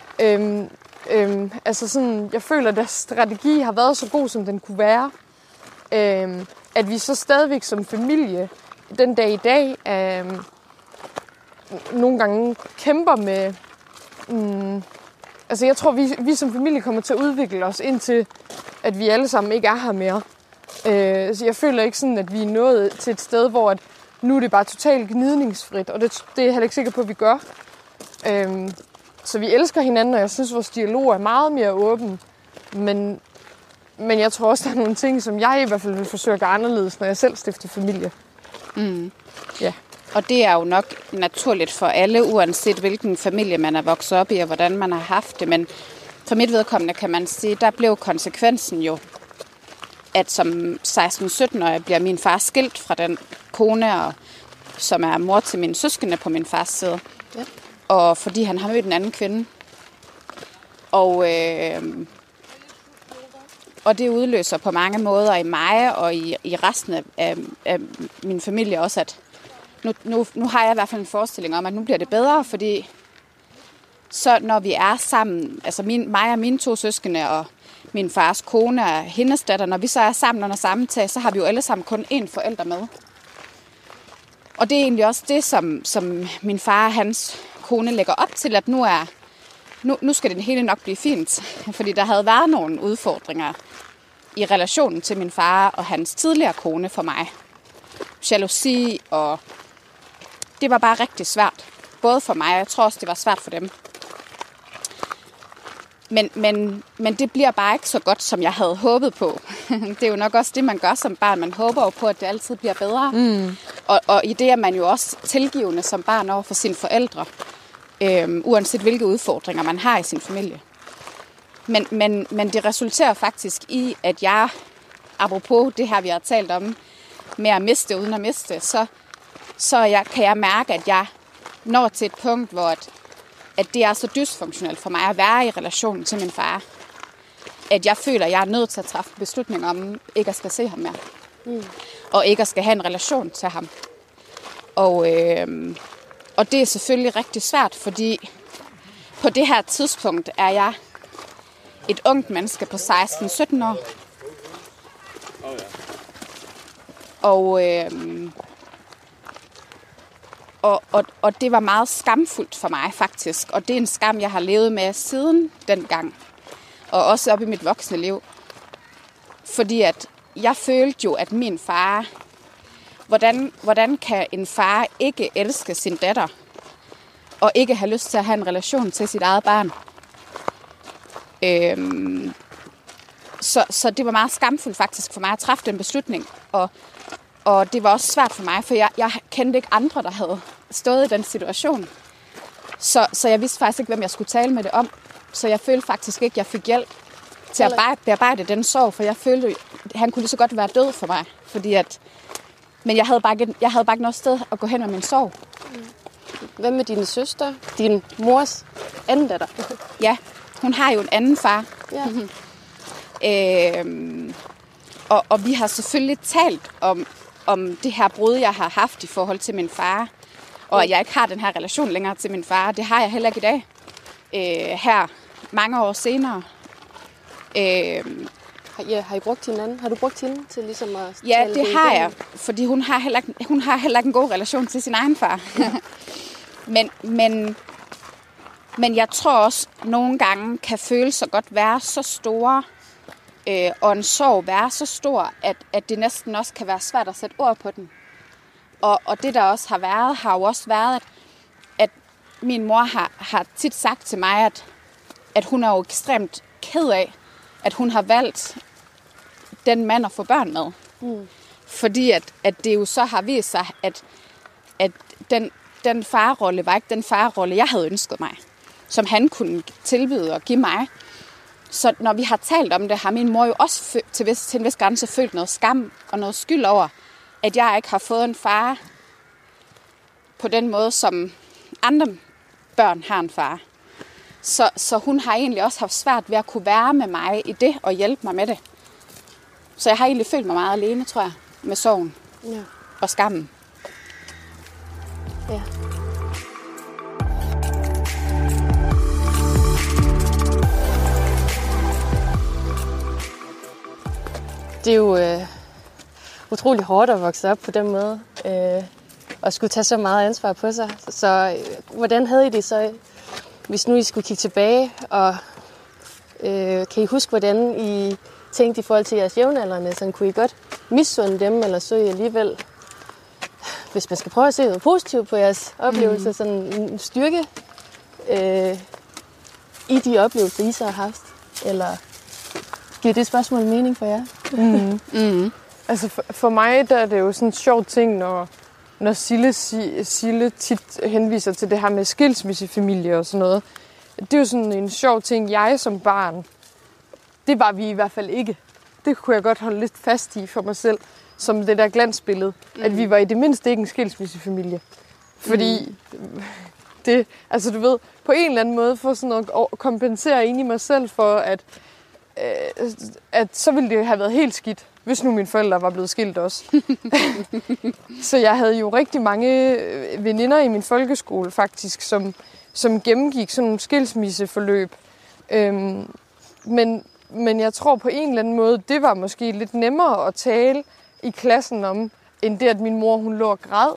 altså sådan, jeg føler, at deres strategi har været så god, som den kunne være. At vi så stadigvæk som familie, den dag i dag, nogle gange kæmper med... altså jeg tror, vi som familie kommer til at udvikle os indtil, at vi alle sammen ikke er her mere. Så jeg føler ikke sådan, at vi er nået til et sted, hvor at nu er det bare totalt gnidningsfrit, og det er jeg heller ikke sikker på, at vi gør. Så vi elsker hinanden, og jeg synes, vores dialog er meget mere åben. Men jeg tror også, der er nogle ting, som jeg i hvert fald vil forsøge at gøre anderledes, når jeg selv stifter familie. Ja. Og det er jo nok naturligt for alle, uanset hvilken familie man er vokset op i, og hvordan man har haft det. Men for mit vedkommende kan man sige, der blev konsekvensen jo, at som 16-17-årig bliver min far skilt fra den kone, som er mor til mine søskende på min fars side. Ja. Og fordi han har mødt en anden kvinde. Og det udløser på mange måder i mig og i resten af min familie også, at nu har jeg i hvert fald en forestilling om, at nu bliver det bedre, fordi så når vi er sammen, altså mig og mine 2 søskende og min fars kone og hendes datter, når vi så er sammen under samme tag, så har vi jo alle sammen kun én forælder med. Og det er egentlig også det, som min far og hans kone lægger op til, at nu skal det hele nok blive fint. Fordi der havde været nogle udfordringer i relationen til min far og hans tidligere kone for mig. Jalousi, og det var bare rigtig svært. Både for mig, og jeg tror også, det var svært for dem. Men det bliver bare ikke så godt, som jeg havde håbet på. Det er jo nok også det, man gør som barn. Man håber jo på, at det altid bliver bedre. Og i det er man jo også tilgivende som barn over for sine forældre. Uanset hvilke udfordringer man har i sin familie. Men det resulterer faktisk i, at jeg, apropos det her, vi har talt om, med at miste uden at miste, kan jeg mærke, at jeg når til et punkt, hvor at det er så dysfunktionelt for mig at være i relationen til min far, at jeg føler, at jeg er nødt til at træffe beslutning om ikke at skal se ham mere. Og ikke at skal have en relation til ham. Og det er selvfølgelig rigtig svært, fordi på det her tidspunkt er jeg et ungt menneske på 16-17 år. Og det var meget skamfuldt for mig faktisk. Og det er en skam, jeg har levet med siden dengang. Og også op i mit voksne liv. Fordi at jeg følte jo, at min far... Hvordan kan en far ikke elske sin datter? Og ikke have lyst til at have en relation til sit eget barn? Så det var meget skamfuldt faktisk for mig at træffe den beslutning. Og det var også svært for mig, for jeg kendte ikke andre, der havde stået i den situation. Så jeg vidste faktisk ikke, hvem jeg skulle tale med det om. Så jeg følte faktisk ikke, at jeg fik hjælp til at bearbejde den sorg, for jeg følte, at han kunne lige så godt være død for mig. Men jeg havde bare ikke noget sted at gå hen med min sorg. Hvad med dine søster? Din mors anden datter? Ja, hun har jo en anden far. Ja. Og vi har selvfølgelig talt om det her brud, jeg har haft i forhold til min far. Og at jeg ikke har den her relation længere til min far. Det har jeg heller ikke i dag. Her mange år senere. Har I brugt hinanden? Har du brugt hende til ligesom at... Ja, det har jeg. Fordi hun har heller ikke en god relation til sin egen far. Ja. Men jeg tror også, nogle gange kan følelser godt være så store, og en sorg være så stor, at det næsten også kan være svært at sætte ord på den. Og det, der også har været, har jo også været, at min mor har tit sagt til mig, at hun er jo ekstremt ked af, at hun har valgt den mand at få børn med. Mm. Fordi at det jo så har vist sig, at den farrolle var ikke den farrolle, jeg havde ønsket mig. Som han kunne tilbyde og give mig. Så når vi har talt om det, har min mor jo også til en vis grænse følt noget skam og noget skyld over, at jeg ikke har fået en far på den måde, som andre børn har en far. Så hun har egentlig også haft svært ved at kunne være med mig i det og hjælpe mig med det. Så jeg har egentlig følt mig meget alene, tror jeg, med sorgen og skammen. Ja. Det er jo utrolig hårdt at vokse op på den måde, og skulle tage så meget ansvar på sig. Så hvordan havde I det så, hvis nu I skulle kigge tilbage, og kan I huske, hvordan I tænkte i forhold til jeres jævnaldrende? Sådan, kunne I godt misunde dem, eller så I alligevel, hvis man skal prøve at se noget positivt på jeres oplevelser, sådan en styrke i de oplevelser, I så har haft? Eller giver det spørgsmål mening for jer? Altså for mig, der er det jo sådan en sjov ting, når Sille tit henviser til det her med skilsmissefamilie og sådan noget. Det er jo sådan en sjov ting, jeg som barn, det var vi i hvert fald ikke. Det kunne jeg godt holde lidt fast i for mig selv, som det der glansbillede, at vi var i det mindste ikke en skilsmissefamilie. Fordi det, altså du ved, på en eller anden måde for sådan at kompensere ind i mig selv for, at så ville det have været helt skidt, hvis nu mine forældre var blevet skilt også. Så jeg havde jo rigtig mange veninder i min folkeskole faktisk, som gennemgik sådan nogle skilsmisseforløb. Men jeg tror på en eller anden måde, det var måske lidt nemmere at tale i klassen om, end det, at min mor hun lå og græd.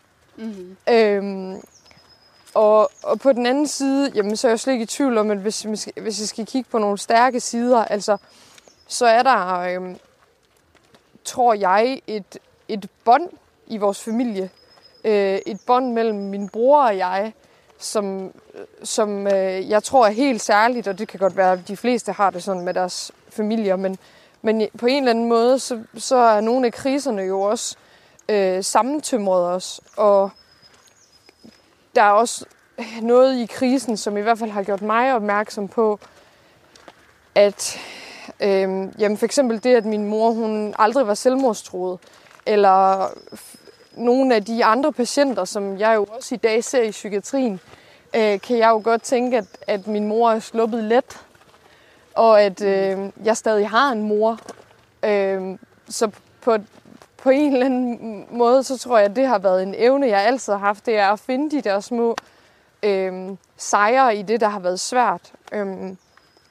Og på den anden side, jamen, så er jeg slet ikke i tvivl om, at hvis jeg skal kigge på nogle stærke sider, altså, så er der, tror jeg, et bånd i vores familie. Et bånd mellem min bror og jeg, som jeg tror er helt særligt, og det kan godt være, at de fleste har det sådan med deres familier, men på en eller anden måde, så er nogle af kriserne jo også sammentømret os, og der er også noget i krisen, som i hvert fald har gjort mig opmærksom på, at jamen for eksempel det, at min mor hun aldrig var selvmordstruet, eller nogle af de andre patienter, som jeg jo også i dag ser i psykiatrien, kan jeg jo godt tænke, at min mor er sluppet let, og at jeg stadig har en mor. Så på en eller anden måde, så tror jeg, at det har været en evne, jeg altid har haft, det er at finde de der små sejre i det, der har været svært.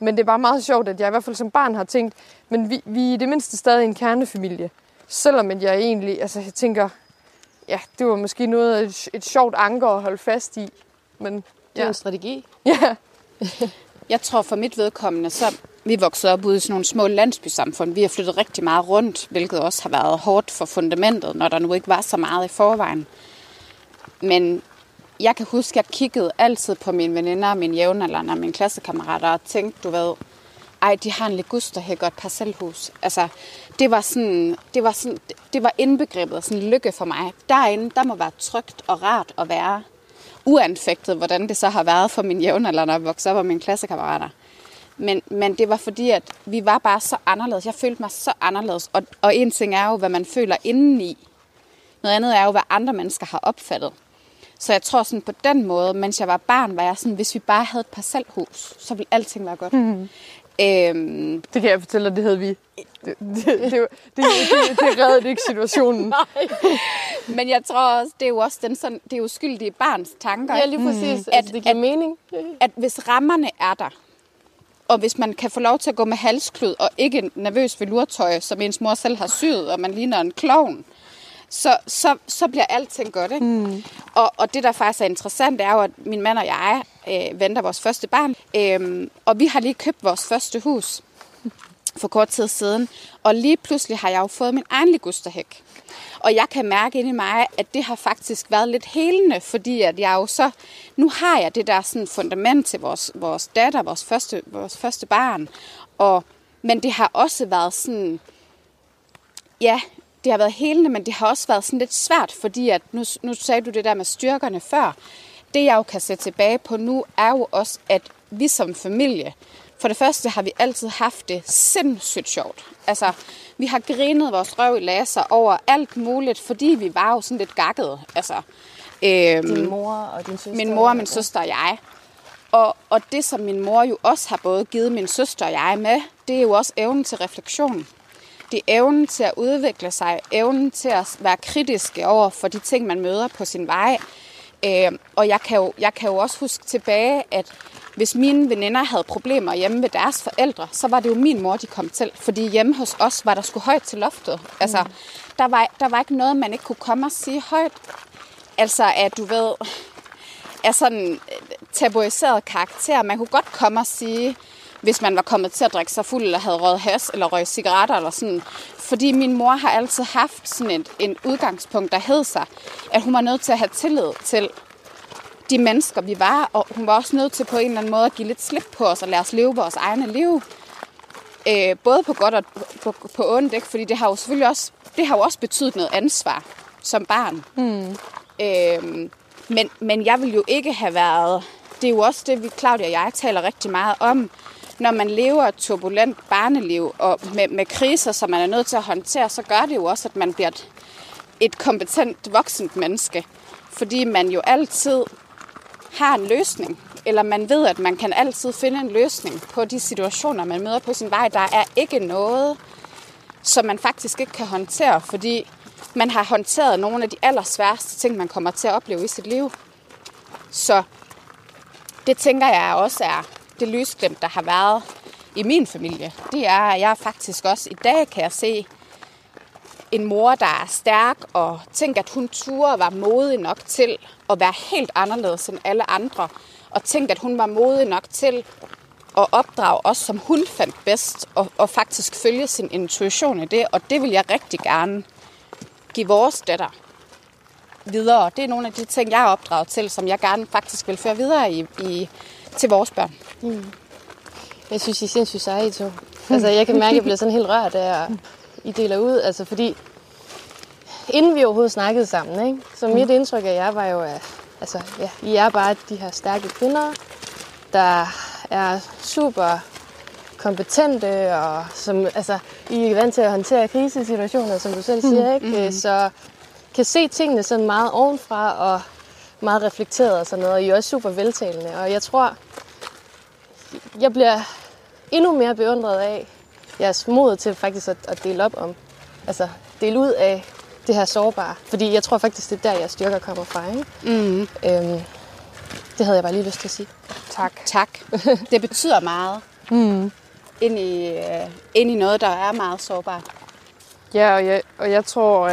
Men det er bare meget sjovt, at jeg i hvert fald som barn har tænkt, men vi er i det mindste stadig en kernefamilie. Selvom at jeg egentlig, altså jeg tænker, ja, det var måske noget af et sjovt anker at holde fast i. Men Det er en strategi. Ja. Jeg tror for mit vedkommende, så vi voksede op ude i sådan nogle små landsbysamfund. Vi har flyttet rigtig meget rundt, hvilket også har været hårdt for fundamentet, når der nu ikke var så meget i forvejen. Men jeg kan huske, at jeg kiggede altid på mine veninder og mine jævnaldrende og mine klassekammerater og tænkte, du ved, ej, de har en ligusterhæk og et parcelhus. Altså, det var indbegrebet sådan en lykke for mig. Derinde, der må være trygt og rart at være, uanfægtet, hvordan det så har været for mine jævnaldrende at vokse op og mine klassekammerater. Men det var fordi, at vi var bare så anderledes. Jeg følte mig så anderledes. Og en ting er jo, hvad man føler indeni. Noget andet er jo, hvad andre mennesker har opfattet. Så jeg tror sådan på den måde, mens jeg var barn, var jeg sådan, hvis vi bare havde et parcelhus, så ville alting være godt. Mm. Det kan jeg fortælle dig, det havde vi. Det reddede ikke situationen. Nej. Men jeg tror også, det er jo også det er uskyldige barns tanker. Ja, lige præcis. Altså, det giver mening. At hvis rammerne er der, og hvis man kan få lov til at gå med halsklud, og ikke nervøs velurtøj, som ens mor selv har syet, og man ligner en klovn, så bliver alting godt, ikke? Mm. Og det, der faktisk er interessant, er jo, at min mand og jeg venter vores første barn. Og vi har lige købt vores første hus for kort tid siden. Og lige pludselig har jeg jo fået min egen ligusterhæk. Og jeg kan mærke inde i mig, at det har faktisk været lidt helende, fordi at jeg jo så... Nu har jeg det der sådan fundament til vores datter, vores første barn. Men det har også været sådan... Ja... Det har været helende, men det har også været sådan lidt svært, fordi at nu sagde du det der med styrkerne før. Det jeg jo kan se tilbage på nu, er jo også, at vi som familie, for det første har vi altid haft det sindssygt sjovt. Altså, vi har grinet vores røv i laser over alt muligt, fordi vi var jo sådan lidt gakkede. Altså, din mor og din søster. Min mor og min søster og jeg. Og det, som min mor jo også har både givet min søster og jeg med, det er jo også evnen til refleksion. Det er evnen til at udvikle sig, evnen til at være kritiske over for de ting, man møder på sin vej. Og jeg kan jo også huske tilbage, at hvis mine veninder havde problemer hjemme ved deres forældre, så var det jo min mor, de kom til. Fordi hjemme hos os var der sgu højt til loftet. Altså, der var ikke noget, man ikke kunne komme og sige højt. Altså, at du ved, er sådan tabuiseret karakter. Man kunne godt komme og sige... hvis man var kommet til at drikke sig fuld, eller havde røget hash, eller røget cigaretter, eller sådan. Fordi min mor har altid haft sådan en udgangspunkt, der hed sig, at hun var nødt til at have tillid til de mennesker, vi var, og hun var også nødt til på en eller anden måde at give lidt slip på os, og lade os leve vores egne liv. Både på godt og på ondt, ikke? Fordi det har jo selvfølgelig også, det har jo også betydet noget ansvar som barn. Men jeg vil jo ikke have været... Det er jo også det, Claudia og jeg taler rigtig meget om, når man lever et turbulent barneliv og med kriser, som man er nødt til at håndtere, så gør det jo også, at man bliver et kompetent voksent menneske. Fordi man jo altid har en løsning, eller man ved, at man kan altid finde en løsning på de situationer, man møder på sin vej. Der er ikke noget, som man faktisk ikke kan håndtere, fordi man har håndteret nogle af de allersværeste ting, man kommer til at opleve i sit liv. Så det tænker jeg også er det lysglimt, der har været i min familie. Det er, at jeg faktisk også i dag kan jeg se en mor, der er stærk og tænker, at hun turde var modig nok til at være helt anderledes end alle andre. Og tænker, at hun var modig nok til at opdrage os, som hun fandt bedst, og faktisk følge sin intuition i det. Og det vil jeg rigtig gerne give vores datter videre. Det er nogle af de ting, jeg er opdraget til, som jeg gerne faktisk vil føre videre til vores børn. Jeg synes, I er sindssygt seje, I to. Altså, jeg kan mærke, at jeg bliver sådan helt rørt af, at I deler ud. Altså, fordi inden vi overhovedet snakkede sammen, ikke? Så mit indtryk af jer var jo, at I er bare de her stærke kvinder, der er super kompetente, og som, I er vant til at håndtere krisesituationer, som du selv siger, ikke? Så kan se tingene sådan meget ovenfra, og meget reflekteret og sådan noget, og I er også super veltalende. Og jeg tror, jeg bliver endnu mere beundret af jeres mod til faktisk at dele op om, dele ud af det her sårbare. Fordi jeg tror faktisk, det er der, jeres styrker kommer fra, ikke? Det havde jeg bare lige lyst til at sige. Tak. Det betyder meget. ind i noget, der er meget sårbart. Ja, og jeg tror,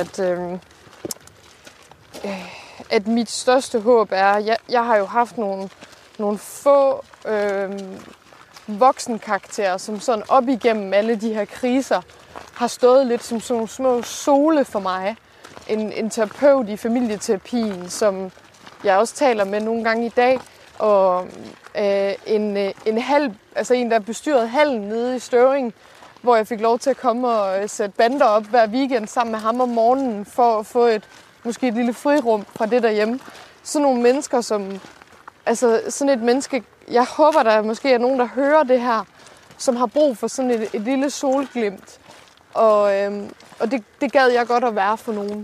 at mit største håb er, jeg har jo haft nogle få voksenkarakterer, som sådan op igennem alle de her kriser, har stået lidt som sådan nogle små sole for mig. En terapeut i familieterapien, som jeg også taler med nogle gange i dag, og en halv, altså en, der bestyrede hallen nede i Støvring, hvor jeg fik lov til at komme og sætte bander op hver weekend sammen med ham om morgenen, for at få måske et lille frirum fra det derhjemme. Sådan nogle mennesker, som, altså sådan et menneske, jeg håber, der måske er nogen, der hører det her, som har brug for sådan et lille solglimt. Og det gad jeg godt at være for nogen.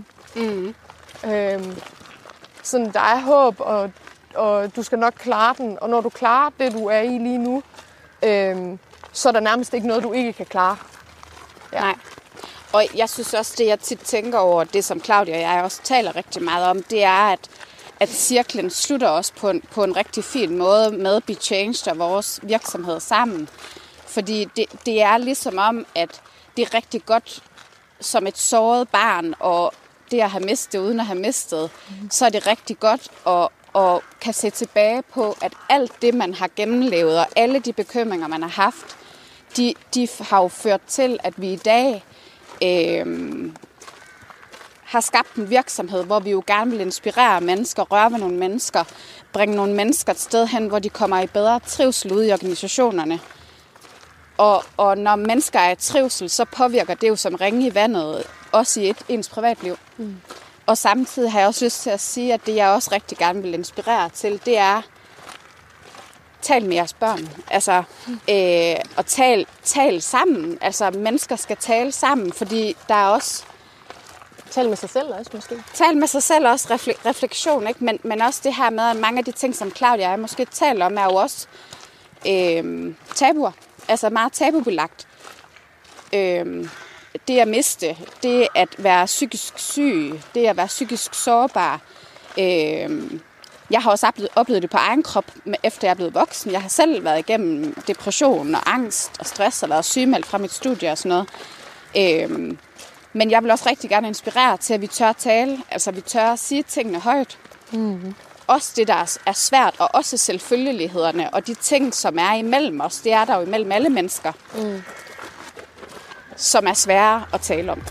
Sådan, der er håb, og du skal nok klare den. Og når du klarer det, du er i lige nu, så er der nærmest ikke noget, du ikke kan klare. Ja. Nej. Og jeg synes også, det jeg tit tænker over, det som Claudia og jeg også taler rigtig meget om, det er, at cirklen slutter også på en rigtig fin måde med Be Changed og vores virksomhed sammen. Fordi det er ligesom om, at det er rigtig godt som et såret barn, og det at have mistet uden at have mistet, så er det rigtig godt at kan se tilbage på, at alt det, man har gennemlevet, og alle de bekymringer, man har haft, de har jo ført til, at vi i dag har skabt en virksomhed, hvor vi jo gerne vil inspirere mennesker, røre ved nogle mennesker, bringe nogle mennesker et sted hen, hvor de kommer i bedre trivsel ude i organisationerne. Og når mennesker er i trivsel, så påvirker det jo som ringe i vandet, også i ens privatliv. Og samtidig har jeg også lyst til at sige, at det jeg også rigtig gerne vil inspirere til, det er tal med jeres børn. Altså, og tal sammen. Altså, mennesker skal tale sammen, fordi der er også... Tal med sig selv også, måske. Tal med sig selv også, refleksion, ikke? Men også det her med, at mange af de ting, som Claudia og jeg måske taler om, er jo også tabuer. Altså meget tabubelagt. Det at miste, det at være psykisk syg, det at være psykisk sårbar. Jeg har også oplevet det på egen krop, efter jeg er blevet voksen. Jeg har selv været igennem depression og angst og stress og været sygemeldt fra mit studie og sådan noget. Men jeg vil også rigtig gerne inspirere til, at vi tør tale, altså vi tør at sige tingene højt. Også det, der er svært, og også selvfølgelighederne, og de ting, som er imellem os, det er der jo imellem alle mennesker, som er svære at tale om.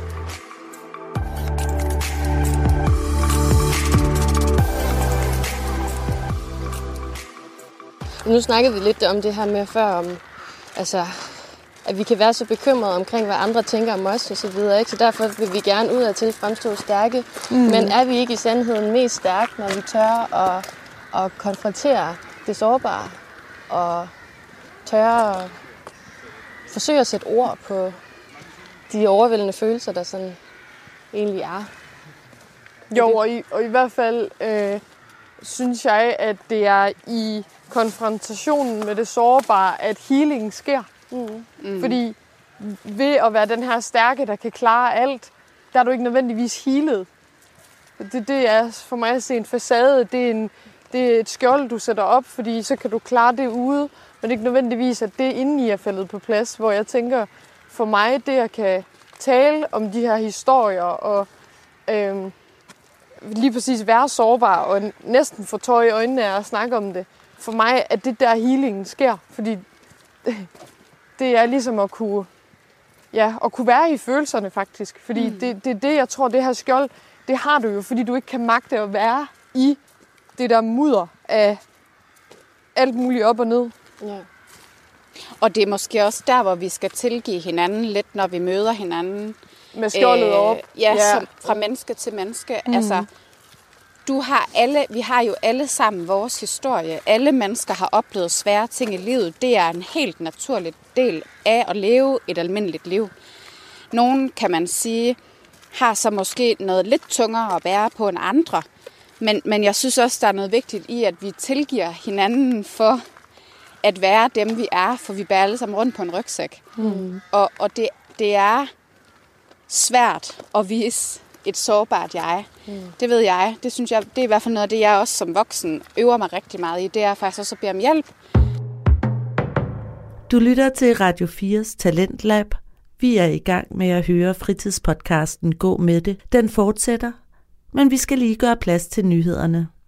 Nu snakkede vi lidt om det her med før, om, altså, at vi kan være så bekymrede omkring, hvad andre tænker om os og så videre, ikke? Så derfor vil vi gerne udadtil fremstå stærke. Men er vi ikke i sandheden mest stærke, når vi tør at konfrontere det sårbare og tør at forsøge at sætte ord på de overvældende følelser, der sådan egentlig er? Jo, og i hvert fald synes jeg, at det er i konfrontationen med det sårbare, at healing sker. Fordi ved at være den her stærke, der kan klare alt, der er du ikke nødvendigvis healet. Det er for mig at se en facade. Det er et skjold, du sætter op, fordi så kan du klare det ude, men ikke nødvendigvis, at det indeni er faldet på plads. Hvor jeg tænker, for mig, det at kan tale om de her historier, og lige præcis være sårbar, og næsten få tår i øjnene af at snakke om det, for mig er det der healingen sker, fordi det er ligesom at kunne være i følelserne faktisk. Fordi det er det, jeg tror, det her skjold, det har du jo, fordi du ikke kan magte at være i det der mudder af alt muligt op og ned. Ja. Og det er måske også der, hvor vi skal tilgive hinanden lidt, når vi møder hinanden. Med skjoldet op. Ja, fra menneske til menneske. Altså, vi har jo alle sammen vores historie. Alle mennesker har oplevet svære ting i livet. Det er en helt naturlig del af at leve et almindeligt liv. Nogen, kan man sige, har så måske noget lidt tungere at bære på end andre. Men jeg synes også, der er noget vigtigt i, at vi tilgiver hinanden for at være dem, vi er. For vi bærer alle sammen rundt på en rygsæk. Og det er svært at vise et sårbart jeg. Det ved jeg. Det synes jeg, det er i hvert fald noget af det, jeg også som voksen øver mig rigtig meget i. Det er faktisk også at bede om hjælp. Du lytter til Radio 4's Talentlab. Vi er i gang med at høre fritidspodcasten Gå med det. Den fortsætter, men vi skal lige gøre plads til nyhederne.